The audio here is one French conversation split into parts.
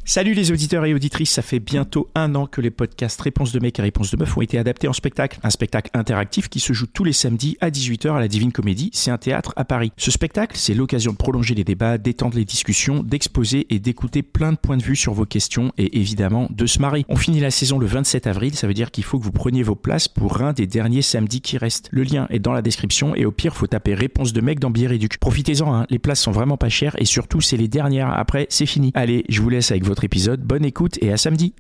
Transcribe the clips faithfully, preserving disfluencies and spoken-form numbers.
Salut les auditeurs et auditrices, ça fait bientôt un an que les podcasts Réponse de mec et Réponse de meuf ont été adaptés en spectacle. Un spectacle interactif qui se joue tous les samedis à dix-huit heures à la Divine Comédie, c'est un théâtre à Paris. Ce spectacle, c'est l'occasion de prolonger les débats, d'étendre les discussions, d'exposer et d'écouter plein de points de vue sur vos questions et évidemment de se marrer. On finit la saison le vingt-sept avril, ça veut dire qu'il faut que vous preniez vos places pour un des derniers samedis qui restent. Le lien est dans la description et au pire, faut taper Réponse de mec dans Biéréduc. Profitez-en, hein, les places sont vraiment pas chères et surtout, c'est les dernières. Après, c'est fini. Allez, je vous laisse avec votre épisode. Bonne écoute et à samedi.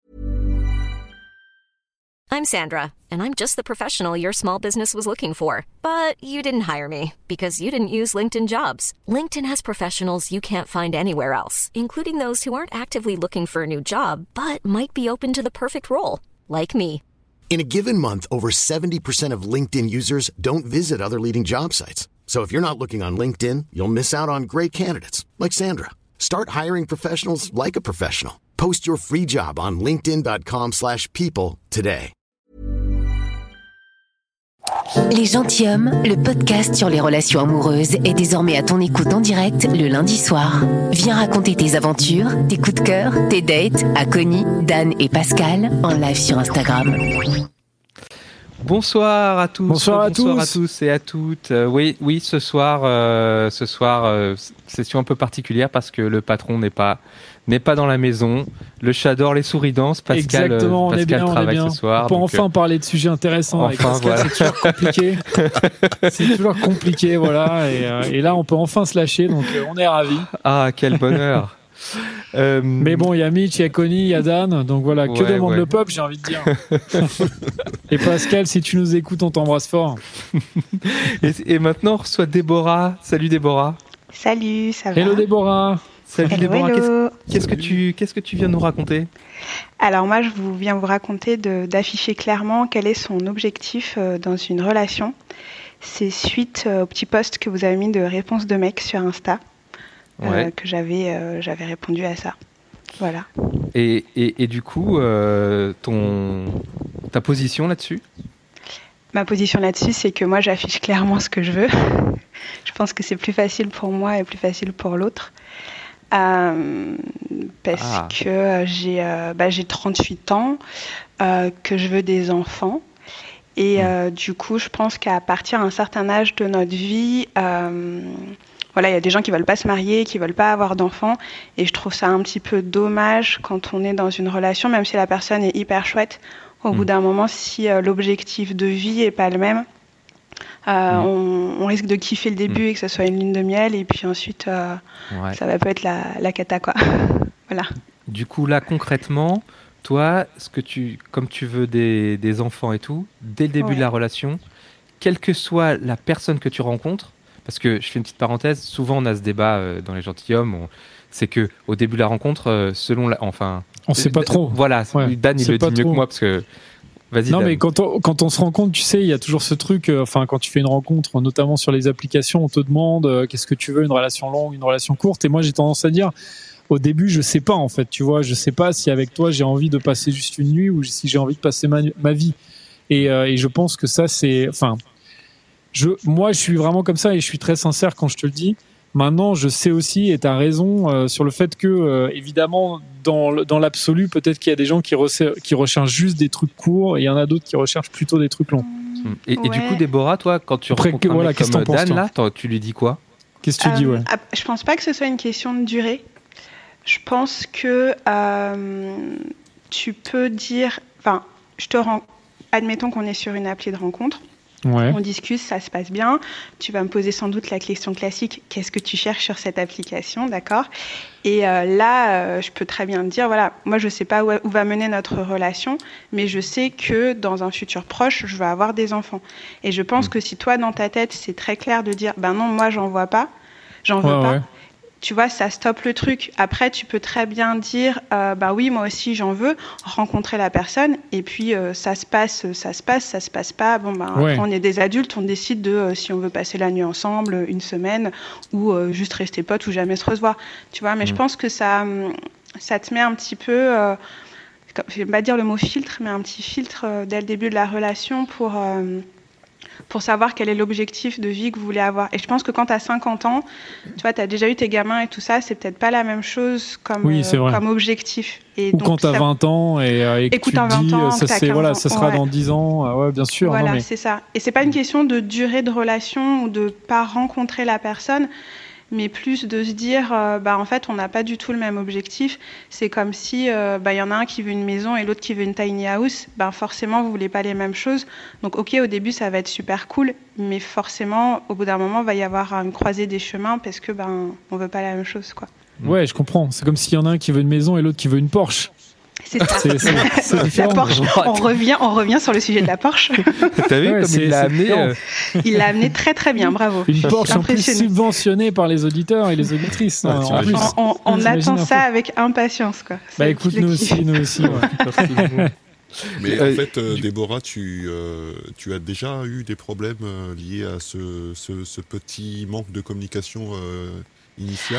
I'm Sandra, and I'm just the professional your small business was looking for. But you didn't hire me because you didn't use LinkedIn Jobs. LinkedIn has professionals you can't find anywhere else, including those who aren't actively looking for a new job, but might be open to the perfect role, like me. In a given month, over seventy percent of LinkedIn users don't visit other leading job sites. So if you're not looking on LinkedIn, you'll miss out on great candidates, like Sandra. Start hiring professionals like a professional. Post your free job on linkedin.com slash people today. Les Gentilhommes, le podcast sur les relations amoureuses, est désormais à ton écoute en direct le lundi soir. Viens raconter tes aventures, tes coups de cœur, tes dates à Connie, Dan et Pascal en live sur Instagram. Bonsoir à tous. Bonsoir à Bonsoir tous. à tous et à toutes. Euh, oui, oui, ce soir, euh, ce soir, euh, session un peu particulière parce que le patron n'est pas n'est pas dans la maison. Le chat dort, les souris dansent. Pascal, Exactement, on Pascal est bien, travaille on est bien. ce soir. On peut donc, enfin euh, parler de sujets intéressants avec enfin, Pascal, voilà. c'est toujours compliqué. c'est toujours compliqué, voilà. Et, euh, et là, on peut enfin se lâcher, donc euh, on est ravis. Ah, quel bonheur. euh, Mais bon, il y a Mitch, il y a Connie, il y a Dan, donc voilà, que Ouais, demande ouais. le peuple, j'ai envie de dire. Et Pascal, si tu nous écoutes, on t'embrasse fort. et, et maintenant, on reçoit Déborah. Salut Déborah. Salut, ça va? Hello Déborah. Salut Hello, Déborah. hello. Qu'est-ce, qu'est-ce que tu qu'est-ce que tu viens nous raconter? Alors moi, je vous viens vous raconter de, d'afficher clairement quel est son objectif euh, dans une relation. C'est suite euh, au petit post que vous avez mis de réponse de mec sur Insta, euh, Ouais. que j'avais, euh, j'avais répondu à ça. Voilà. Et, et, et du coup, euh, ton ta position là-dessus? Ma position là-dessus, c'est que moi, j'affiche clairement ce que je veux. Je pense que c'est plus facile pour moi et plus facile pour l'autre. Euh, parce Ah. que j'ai, euh, bah, j'ai trente-huit ans, euh, que je veux des enfants. Et euh, du coup, je pense qu'à partir d'un certain âge de notre vie, euh, voilà, il y a des gens qui veulent pas se marier, qui veulent pas avoir d'enfants. Et je trouve ça un petit peu dommage quand on est dans une relation, même si la personne est hyper chouette. Au Mm. bout d'un moment, si euh, l'objectif de vie est pas le même, euh, Mm. on, on risque de kiffer le début et que ce soit une lune de miel. Et puis ensuite, euh, Ouais. ça va peut être la, la cata, quoi. Voilà. Du coup, là, concrètement, toi, ce que tu, comme tu veux des, des enfants et tout, dès le début Ouais. de la relation, quelle que soit la personne que tu rencontres, parce que je fais une petite parenthèse, souvent on a ce débat euh, dans les gentilshommes, on- c'est que au début de la rencontre, euh, selon la, enfin, On sait pas euh, trop. Voilà, Ouais, Dan il c'est le pas dit mieux trop. que moi parce que, vas-y. Non, Dan. mais quand on, quand on se rend compte, tu sais, il y a toujours ce truc, euh, enfin, quand tu fais une rencontre, notamment sur les applications, on te demande euh, qu'est-ce que tu veux, une relation longue, une relation courte. Et moi, j'ai tendance à dire, au début, je sais pas, en fait, tu vois, je sais pas si avec toi, j'ai envie de passer juste une nuit ou si j'ai envie de passer ma, ma vie. Et, euh, et je pense que ça, c'est, enfin, je, moi, je suis vraiment comme ça et je suis très sincère quand je te le dis. Maintenant, je sais aussi, et tu as raison, euh, sur le fait que, euh, évidemment, dans, le- dans l'absolu, peut-être qu'il y a des gens qui, reçe- qui recherchent juste des trucs courts et il y en a d'autres qui recherchent plutôt des trucs longs. Mm. Et, et du Ouais. coup, Déborah, toi, quand tu Après, rencontres un voilà, mec qu'est-ce comme que t'en penses, Dan, toi là, t'en- tu lui dis quoi? Qu'est-ce que tu dis, Euh, ouais. ap- Je pense pas que ce soit une question de durée. Je pense que euh, tu peux dire, enfin, je te rends, admettons qu'on est sur une appli de rencontre. Ouais. On discute, ça se passe bien. Tu vas me poser sans doute la question classique, qu'est-ce que tu cherches sur cette application, d'accord? Et euh, là, euh, je peux très bien te dire, voilà, moi je sais pas où, où va mener notre relation, mais je sais que dans un futur proche, je vais avoir des enfants. Et je pense Mmh. que si toi, dans ta tête, c'est très clair de dire, ben non, moi j'en vois pas, j'en veux Ouais, pas. ouais. Tu vois, ça stoppe le truc. Après, tu peux très bien dire, euh, bah oui, moi aussi j'en veux, rencontrer la personne, et puis euh, ça se passe, ça se passe, ça se passe pas. Bon, bah, Ouais. après, on est des adultes, on décide de euh, si on veut passer la nuit ensemble, une semaine, ou euh, juste rester potes ou jamais se revoir. Tu vois, mais je Mm. pense que ça, hum, ça te met un petit peu, euh, comme- je vais pas dire le mot filtre, mais un petit filtre euh, dès le début de la relation pour. euh, pour savoir quel est l'objectif de vie que vous voulez avoir. Et je pense que quand tu as cinquante ans, tu vois, tu as déjà eu tes gamins et tout ça, c'est peut-être pas la même chose comme, oui, euh, comme objectif. Et Ou donc, quand tu as ça... vingt ans et, euh, et que tu te dis, ans, ça, c'est, voilà, ça sera ouais. dans dix ans, ouais, bien sûr. Voilà, non, mais... c'est ça. Et c'est pas une question de durée de relation ou de pas rencontrer la personne, mais plus de se dire, euh, bah, en fait, on n'a pas du tout le même objectif. C'est comme si euh, bah, y en a un qui veut une maison et l'autre qui veut une tiny house. Ben, forcément, vous ne voulez pas les mêmes choses. Donc, OK, au début, ça va être super cool, mais forcément, au bout d'un moment, il va y avoir une croisée des chemins parce que ben, on ne veut pas la même chose, quoi. Ouais, je comprends. C'est comme s'il y en a un qui veut une maison et l'autre qui veut une Porsche. C'est ça. C'est, c'est, c'est la Porsche. On revient, on revient sur le sujet de la Porsche. T'as vu ouais, comme il l'a amené euh... Il l'a amené très très bien, bravo. Une Porsche en plus subventionnée par les auditeurs et les auditrices. Ouais, en plus. On, on, on attend ça avec impatience, quoi. C'est bah écoute, nous aussi, nous aussi. Ouais. Mais en fait, euh, Déborah, tu, euh, tu as déjà eu des problèmes euh, liés à ce, ce, ce petit manque de communication euh, initiale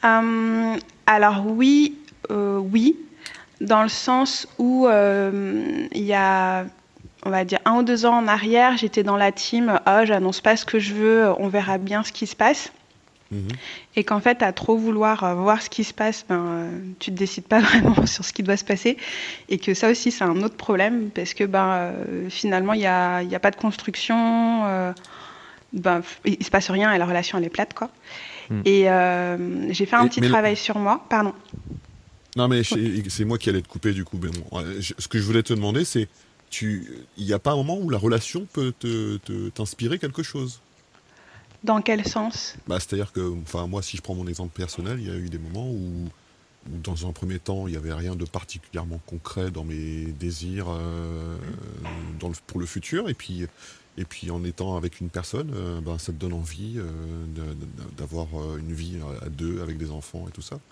um, Alors oui, euh, oui. Dans le sens où il euh, y a, on va dire, un ou deux ans en arrière, j'étais dans la team « Ah, j'annonce pas ce que je veux, on verra bien ce qui se passe mmh. ». Et qu'en fait, à trop vouloir voir ce qui se passe, ben, euh, tu ne te décides pas vraiment sur ce qui doit se passer. Et que ça aussi, c'est un autre problème, parce que ben, euh, finalement, il n'y a, y a pas de construction, euh, ben, il ne se passe rien et la relation, elle est plate, quoi. Mmh. Et euh, j'ai fait un et, petit travail le... sur moi. Pardon. Non, mais c'est moi qui allais te couper du coup. Mais bon, ce que je voulais te demander, c'est, il n'y a pas un moment où la relation peut te, te, t'inspirer quelque chose ? Dans quel sens ? Bah, c'est-à-dire que, enfin, moi, si je prends mon exemple personnel, il y a eu des moments où, où dans un premier temps, il n'y avait rien de particulièrement concret dans mes désirs euh, dans le, pour le futur. Et puis, et puis, en étant avec une personne, euh, ben, ça te donne envie euh, de, de, d'avoir une vie à deux avec des enfants et tout ça.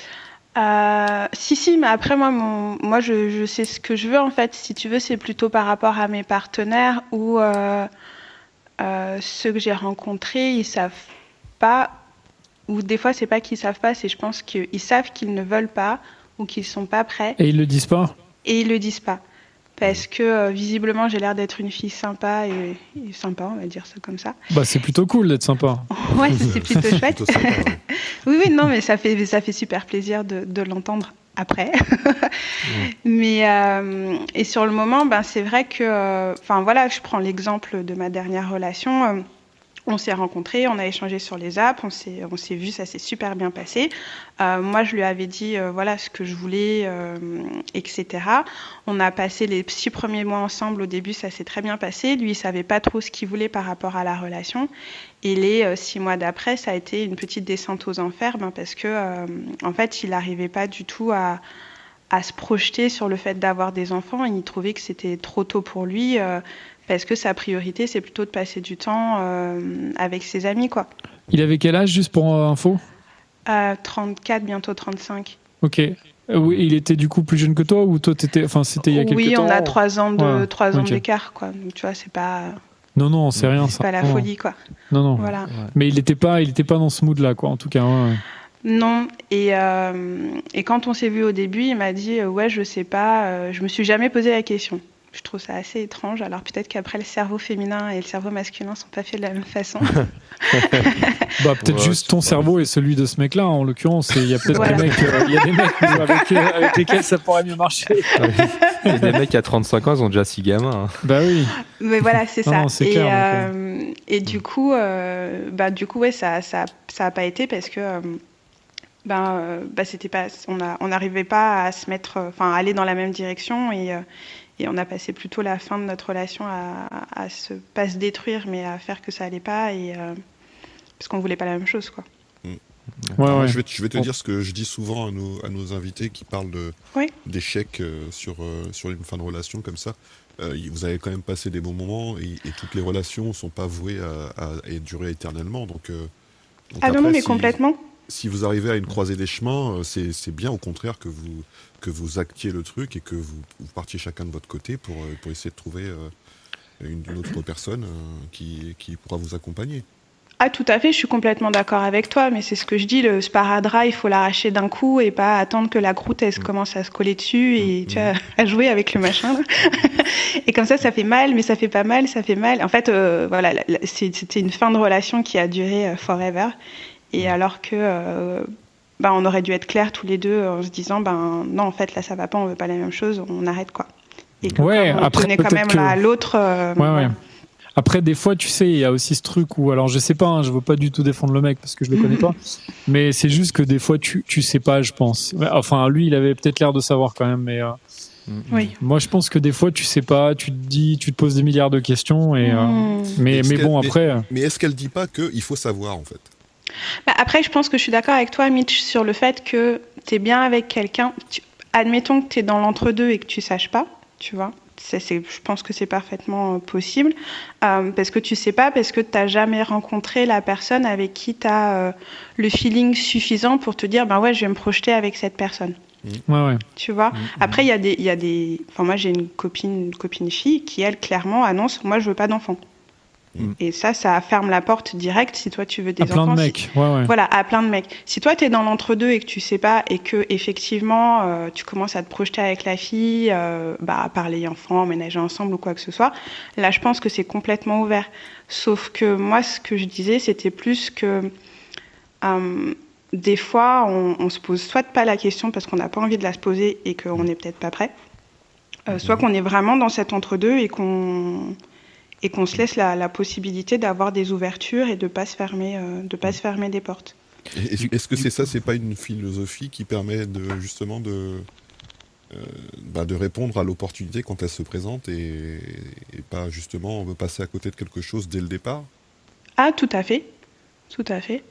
Euh, si, si, mais après, moi, mon, moi je, je sais ce que je veux, en fait. Si tu veux, c'est plutôt par rapport à mes partenaires ou euh, euh, ceux que j'ai rencontrés, ils savent pas, ou des fois, c'est pas qu'ils savent pas, c'est je pense qu'ils savent qu'ils ne veulent pas ou qu'ils sont pas prêts. Et ils le disent pas ? Et ils le disent pas. Parce que euh, visiblement, j'ai l'air d'être une fille sympa et, et sympa, on va dire ça comme ça. Bah, c'est plutôt cool d'être sympa. Ouais, c'est plutôt chouette. plutôt sympa, ouais. Oui, oui, non, mais ça fait, ça fait super plaisir de, de l'entendre après. mmh. Mais, euh, et sur le moment, ben, c'est vrai que, enfin euh, voilà, je prends l'exemple de ma dernière relation. Euh, On s'est rencontrés, on a échangé sur les apps, on s'est, on s'est vus, ça s'est super bien passé. Euh, moi, je lui avais dit euh, voilà ce que je voulais, euh, et cetera. On a passé les six premiers mois ensemble. Au début, ça s'est très bien passé. Lui, il savait pas trop ce qu'il voulait par rapport à la relation. Et les euh, six mois d'après, ça a été une petite descente aux enfers, ben, parce que euh, en fait, il n'arrivait pas du tout à à se projeter sur le fait d'avoir des enfants. Il trouvait que c'était trop tôt pour lui. Euh, Parce que sa priorité, c'est plutôt de passer du temps euh, avec ses amis, quoi. Il avait quel âge, juste pour euh, info ? euh, trente-quatre, bientôt trente-cinq. Ok. Euh, oui, il était du coup plus jeune que toi ou toi t'étais, enfin c'était il y a quelques oui, temps. Oui, on a trois ans de ouais. trois ans okay. d'écart, quoi. Donc tu vois, c'est pas. Non, non, c'est rien. C'est ça. pas la non. folie, quoi. Non, non. Voilà. Ouais. Mais il n'était pas, il était pas dans ce mood-là, quoi. En tout cas. Ouais. Non. Et euh, et quand on s'est vu au début, il m'a dit euh, ouais, je sais pas. Euh, je me suis jamais posé la question. Je trouve ça assez étrange. Alors peut-être qu'après, le cerveau féminin et le cerveau masculin sont pas faits de la même façon. bah peut-être ouais, juste ton cerveau et celui de ce mec-là. En l'occurrence, il y a peut-être voilà. des mecs, euh, il y a des mecs avec, euh, avec lesquels ça pourrait mieux marcher. Il y a des mecs à trente-cinq ans, ils ont déjà six gamins. Hein. Bah oui. Mais voilà, c'est non, ça. Non, c'est et clair, euh, donc, et du coup, euh, bah du coup, ouais, ça, ça, ça a pas été parce que. Euh, Ben, euh, bah, c'était pas, on a, on n'arrivait pas à se mettre, enfin, à aller dans la même direction et, euh, et on a passé plutôt la fin de notre relation à, à, à se pas se détruire, mais à faire que ça allait pas et euh, parce qu'on voulait pas la même chose, quoi. Mmh. Ouais, ouais. Je vais, je vais te dire ce que je dis souvent à nos, à nos invités qui parlent de, oui. d'échecs euh, sur, euh, sur une fin de relation comme ça. Euh, vous avez quand même passé des bons moments et, et toutes les relations ne sont pas vouées à, à, à durer éternellement. Donc, euh, donc ah après, non, non, mais si, complètement. Si vous arrivez à une croisée des chemins, c'est, c'est bien au contraire que vous, que vous actiez le truc et que vous, vous partiez chacun de votre côté pour, pour essayer de trouver euh, une, une autre personne euh, qui, qui pourra vous accompagner. Ah, tout à fait, je suis complètement d'accord avec toi, mais c'est ce que je dis, le sparadrap, il faut l'arracher d'un coup et pas attendre que la croûte, elle commence à se coller dessus et tu vois, à jouer avec le machin. Et comme ça, ça fait mal, mais ça fait pas mal, ça fait mal. En fait, euh, voilà, c'est, c'était une fin de relation qui a duré euh, forever. Et alors que, euh, ben, on aurait dû être clairs tous les deux en se disant, ben non, en fait, là, ça va pas, on veut pas la même chose, on arrête, quoi. Et que ouais, on après, tenait quand même que... l'un à l'autre. Euh, ouais, ouais. voilà. Après, des fois, tu sais, il y a aussi ce truc où, alors je sais pas, hein, je veux pas du tout défendre le mec parce que je le connais pas, mais c'est juste que des fois, tu, tu sais pas, je pense. Enfin, lui, il avait peut-être l'air de savoir quand même, mais euh, oui. Moi, je pense que des fois, tu sais pas, tu te dis, tu te poses des milliards de questions, et, mmh. euh, mais, mais bon, après. Mais, mais est-ce qu'elle dit pas qu'il faut savoir, en fait? Bah après, je pense que je suis d'accord avec toi, Mitch, sur le fait que t'es bien avec quelqu'un. Tu... Admettons que t'es dans l'entre-deux et que tu saches pas, tu vois. C'est, c'est, je pense que c'est parfaitement possible, euh, parce que tu sais pas, parce que tu n'as jamais rencontré la personne avec qui tu as euh, le feeling suffisant pour te dire, ben ouais, je vais me projeter avec cette personne. Ouais, ouais. Tu vois. Mmh. Après, il y a des, il y a des, enfin moi j'ai une copine, une copine fille qui elle clairement annonce, moi je veux pas d'enfant. Mmh. Et ça, ça ferme la porte direct si toi tu veux des à enfants. Plein de mecs. Si... Ouais, ouais. Voilà, à plein de mecs. Si toi tu es dans l'entre-deux et que tu sais pas et que effectivement euh, tu commences à te projeter avec la fille, euh, bah parler enfants, emménager ensemble ou quoi que ce soit, là je pense que c'est complètement ouvert. Sauf que moi ce que je disais c'était plus que euh, des fois on, on se pose soit pas la question parce qu'on n'a pas envie de la se poser et qu'on n'est peut-être pas prêt, euh, soit qu'on est vraiment dans cet entre-deux et qu'on et qu'on se laisse la, la possibilité d'avoir des ouvertures et de pas se fermer, euh, de pas se fermer des portes. Est-ce, est-ce que c'est ça, c'est pas une philosophie qui permet de justement de euh, bah de répondre à l'opportunité quand elle se présente et, et pas justement on veut passer à côté de quelque chose dès le départ? Ah, tout à fait, tout à fait.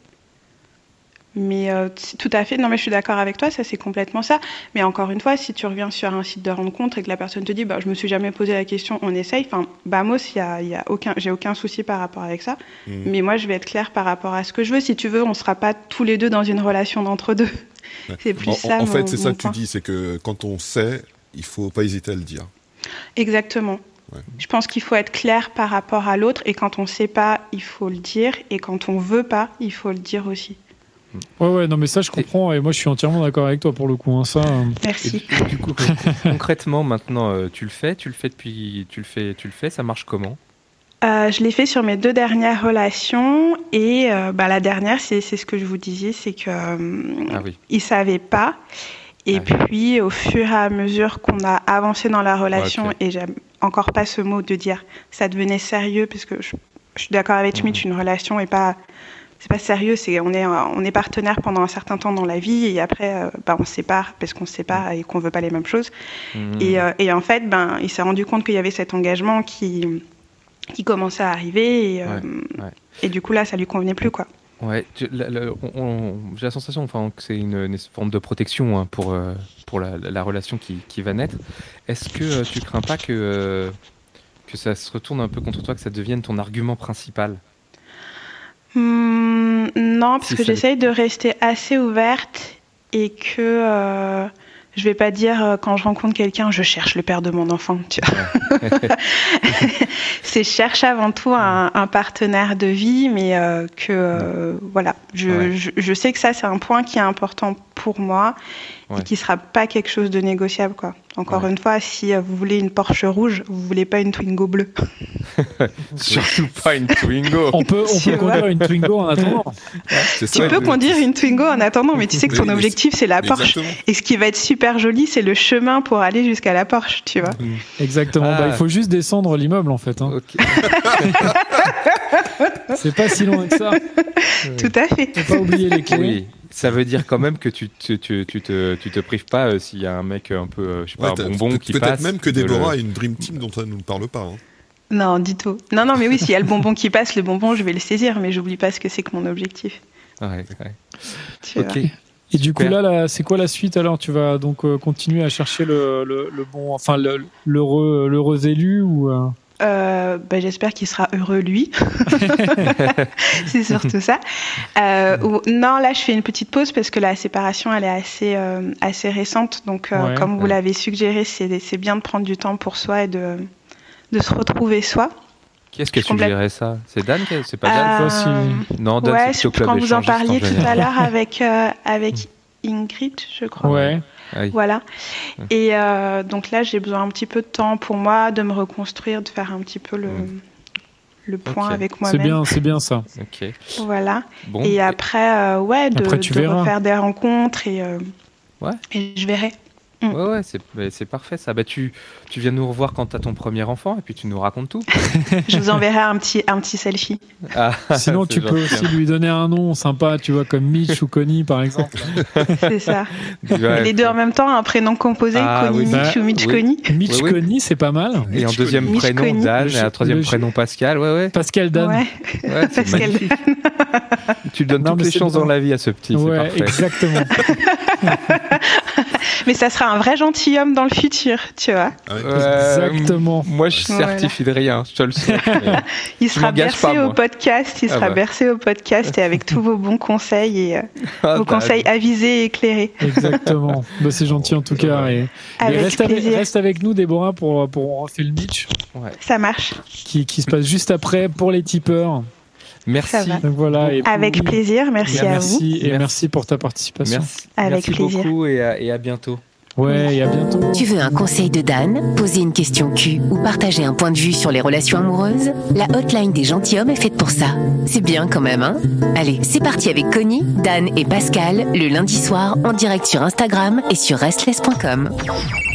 Mais euh, tout à fait, non mais je suis d'accord avec toi, ça c'est complètement ça. Mais encore une fois, si tu reviens sur un site de rencontre et que la personne te dit bah, « je me suis jamais posé la question, on essaye », enfin, bah moi, y a, y a aucun, j'ai aucun souci par rapport avec ça. Mmh. Mais moi, je vais être claire par rapport à ce que je veux. Si tu veux, on ne sera pas tous les deux dans une relation d'entre-deux. Ouais. C'est plus en, ça. En mon, fait, c'est ça que point. tu dis, c'est que quand on sait, il ne faut pas hésiter à le dire. Exactement. Ouais. Je pense qu'il faut être clair par rapport à l'autre et quand on ne sait pas, il faut le dire et quand on ne veut pas, il faut le dire aussi. Ouais, ouais, non, mais ça, je comprends, et moi, je suis entièrement d'accord avec toi pour le coup. Hein, ça. Merci. Et, et du coup, concrètement, maintenant, euh, tu le fais, tu le fais depuis, tu le fais, tu le fais, ça marche comment? euh, Je l'ai fait sur mes deux dernières relations, et euh, bah, la dernière, c'est, c'est ce que je vous disais, c'est que euh, ah oui. ils savaient pas, et ah puis oui. au fur et à mesure qu'on a avancé dans la relation, ouais, okay. et j'aime encore pas ce mot de dire, ça devenait sérieux, parce que je, je suis d'accord avec Schmitt, mmh. une relation est pas c'est pas sérieux, c'est on est on est partenaires pendant un certain temps dans la vie et après euh, bah on se sépare parce qu'on se sépare et qu'on veut pas les mêmes choses. Mmh. Et euh, et en fait ben il s'est rendu compte qu'il y avait cet engagement qui qui commençait à arriver et, euh, ouais, ouais. et du coup là ça lui convenait plus quoi. Ouais, la, la, on, on, j'ai la sensation enfin que c'est une, une forme de protection hein, pour euh, pour la, la relation qui qui va naître. Est-ce que euh, tu crains pas que euh, que ça se retourne un peu contre toi, que ça devienne ton argument principal? Mmh, non, parce si que j'essaye de rester assez ouverte et que euh, je vais pas dire euh, quand je rencontre quelqu'un, je cherche le père de mon enfant. Tu vois. C'est je cherche avant tout un, un partenaire de vie, mais euh, que euh, voilà, je, ouais. je, je sais que ça c'est un point qui est important pour moi ouais. et qui sera pas quelque chose de négociable quoi. Encore ouais. une fois, si vous voulez une Porsche rouge, vous voulez pas une Twingo bleue. Surtout pas une Twingo. On peut, on peut conduire une Twingo en attendant. C'est tu ça, peux conduire une Twingo en attendant, mais tu sais que ton oui, objectif c'est la Porsche. Exactement. Et ce qui va être super joli, c'est le chemin pour aller jusqu'à la Porsche, tu vois. Exactement. Ah. Bah, il faut juste descendre l'immeuble en fait. Hein. Okay. C'est pas si loin que ça. Tout à fait. Faut pas oublier les clés. Oui. Ça veut dire quand même que tu, tu, tu, tu, te, tu te prives pas euh, s'il y a un mec un peu, euh, je sais pas, ouais, un bonbon qui peut-être passe. Peut-être même que Déborah le... a une Dream Team dont ça ne nous parle pas. Hein. Non, du tout. Non, non, mais oui, s'il y a le bonbon qui passe, le bonbon, je vais le saisir, mais j'oublie pas ce que c'est que mon objectif. Ouais, ouais. Tu ok. vois. Et du coup, là, là, c'est quoi la suite alors? Tu vas donc euh, continuer à chercher le, le, le bon, enfin, le, l'heureux, l'heureux élu ou euh... Euh, bah, j'espère qu'il sera heureux lui. C'est surtout ça. Euh, ou, non, là je fais une petite pause parce que la séparation elle est assez euh, assez récente. Donc euh, ouais, comme ouais. vous l'avez suggéré, c'est c'est bien de prendre du temps pour soi et de de se retrouver soi. Qui est-ce que Je tu complète- dirais ça? C'est Dan? qui- C'est pas Dan? Euh, si. Non, Dan, ouais, c'est plutôt je- quand club vous en échangiste parliez tout général. à l'heure avec, euh, avec Ingrid, je crois. Ouais. Ah oui. Voilà. Et euh, donc là, j'ai besoin un petit peu de temps pour moi, de me reconstruire, de faire un petit peu le, Mm. le point Ok. avec C'est moi-même. bien, c'est bien ça. Ok. Voilà. Bon. Et après, euh, ouais, de, Après, tu de verras. refaire des rencontres et, euh, Ouais. et je verrai. Ouais, ouais, c'est, mais c'est parfait ça. Bah, tu, tu viens nous revoir quand t'as ton premier enfant et puis tu nous racontes tout. Je vous enverrai un petit, un petit selfie. Ah, Sinon, c'est tu peux gentil, aussi lui donner un nom sympa, tu vois, comme Mitch ou Connie, par exemple. C'est ça. hein. Ouais, Les deux en même temps, un prénom composé, Ah, Connie oui, Mitch bah, ou Mitch oui. Connie. Mitch Oui, oui. Connie, c'est pas mal. Et un Mitch deuxième Mitch prénom, Connie. Dan, Le et un ch- troisième le ch- prénom, Pascal. Ouais, ouais. Pascal Dan. Ouais. Ouais, c'est Parce qu'elle- magnifique. Tu lui donnes Non, toutes mais les c'est chances bien. dans la vie à ce petit, c'est Ouais, parfait. exactement. Mais ça sera un vrai gentilhomme dans le futur, tu vois. Ah ouais. Euh, Exactement. Moi, je Voilà. certifie de rien, je te le souhaite. mais- Il Je sera m'engage bercé pas, moi. au podcast, il Ah sera bah. bercé au podcast et avec tous vos bons conseils et euh, Ah, vos Dan. conseils avisés et éclairés. Exactement. Bah, c'est gentil en tout cas. Et, et Avec reste, avec, plaisir. reste avec nous, Déborah, pour, pour on refait le Mitch Ouais. Ça marche. qui, qui se passe juste après pour les tipeurs. Merci. Ça va. Donc voilà. Et Avec puis- plaisir, merci et à vous. merci, et Merci. merci pour ta participation. Merci. Avec Merci plaisir. beaucoup et à, et à bientôt. Ouais, et à bientôt. Tu veux un conseil de Dan, poser une question Q ou partager un point de vue sur les relations amoureuses? La hotline des gentilshommes est faite pour ça. C'est bien quand même, hein? Allez, c'est parti avec Connie, Dan et Pascal, le lundi soir, en direct sur Instagram et sur restless point com.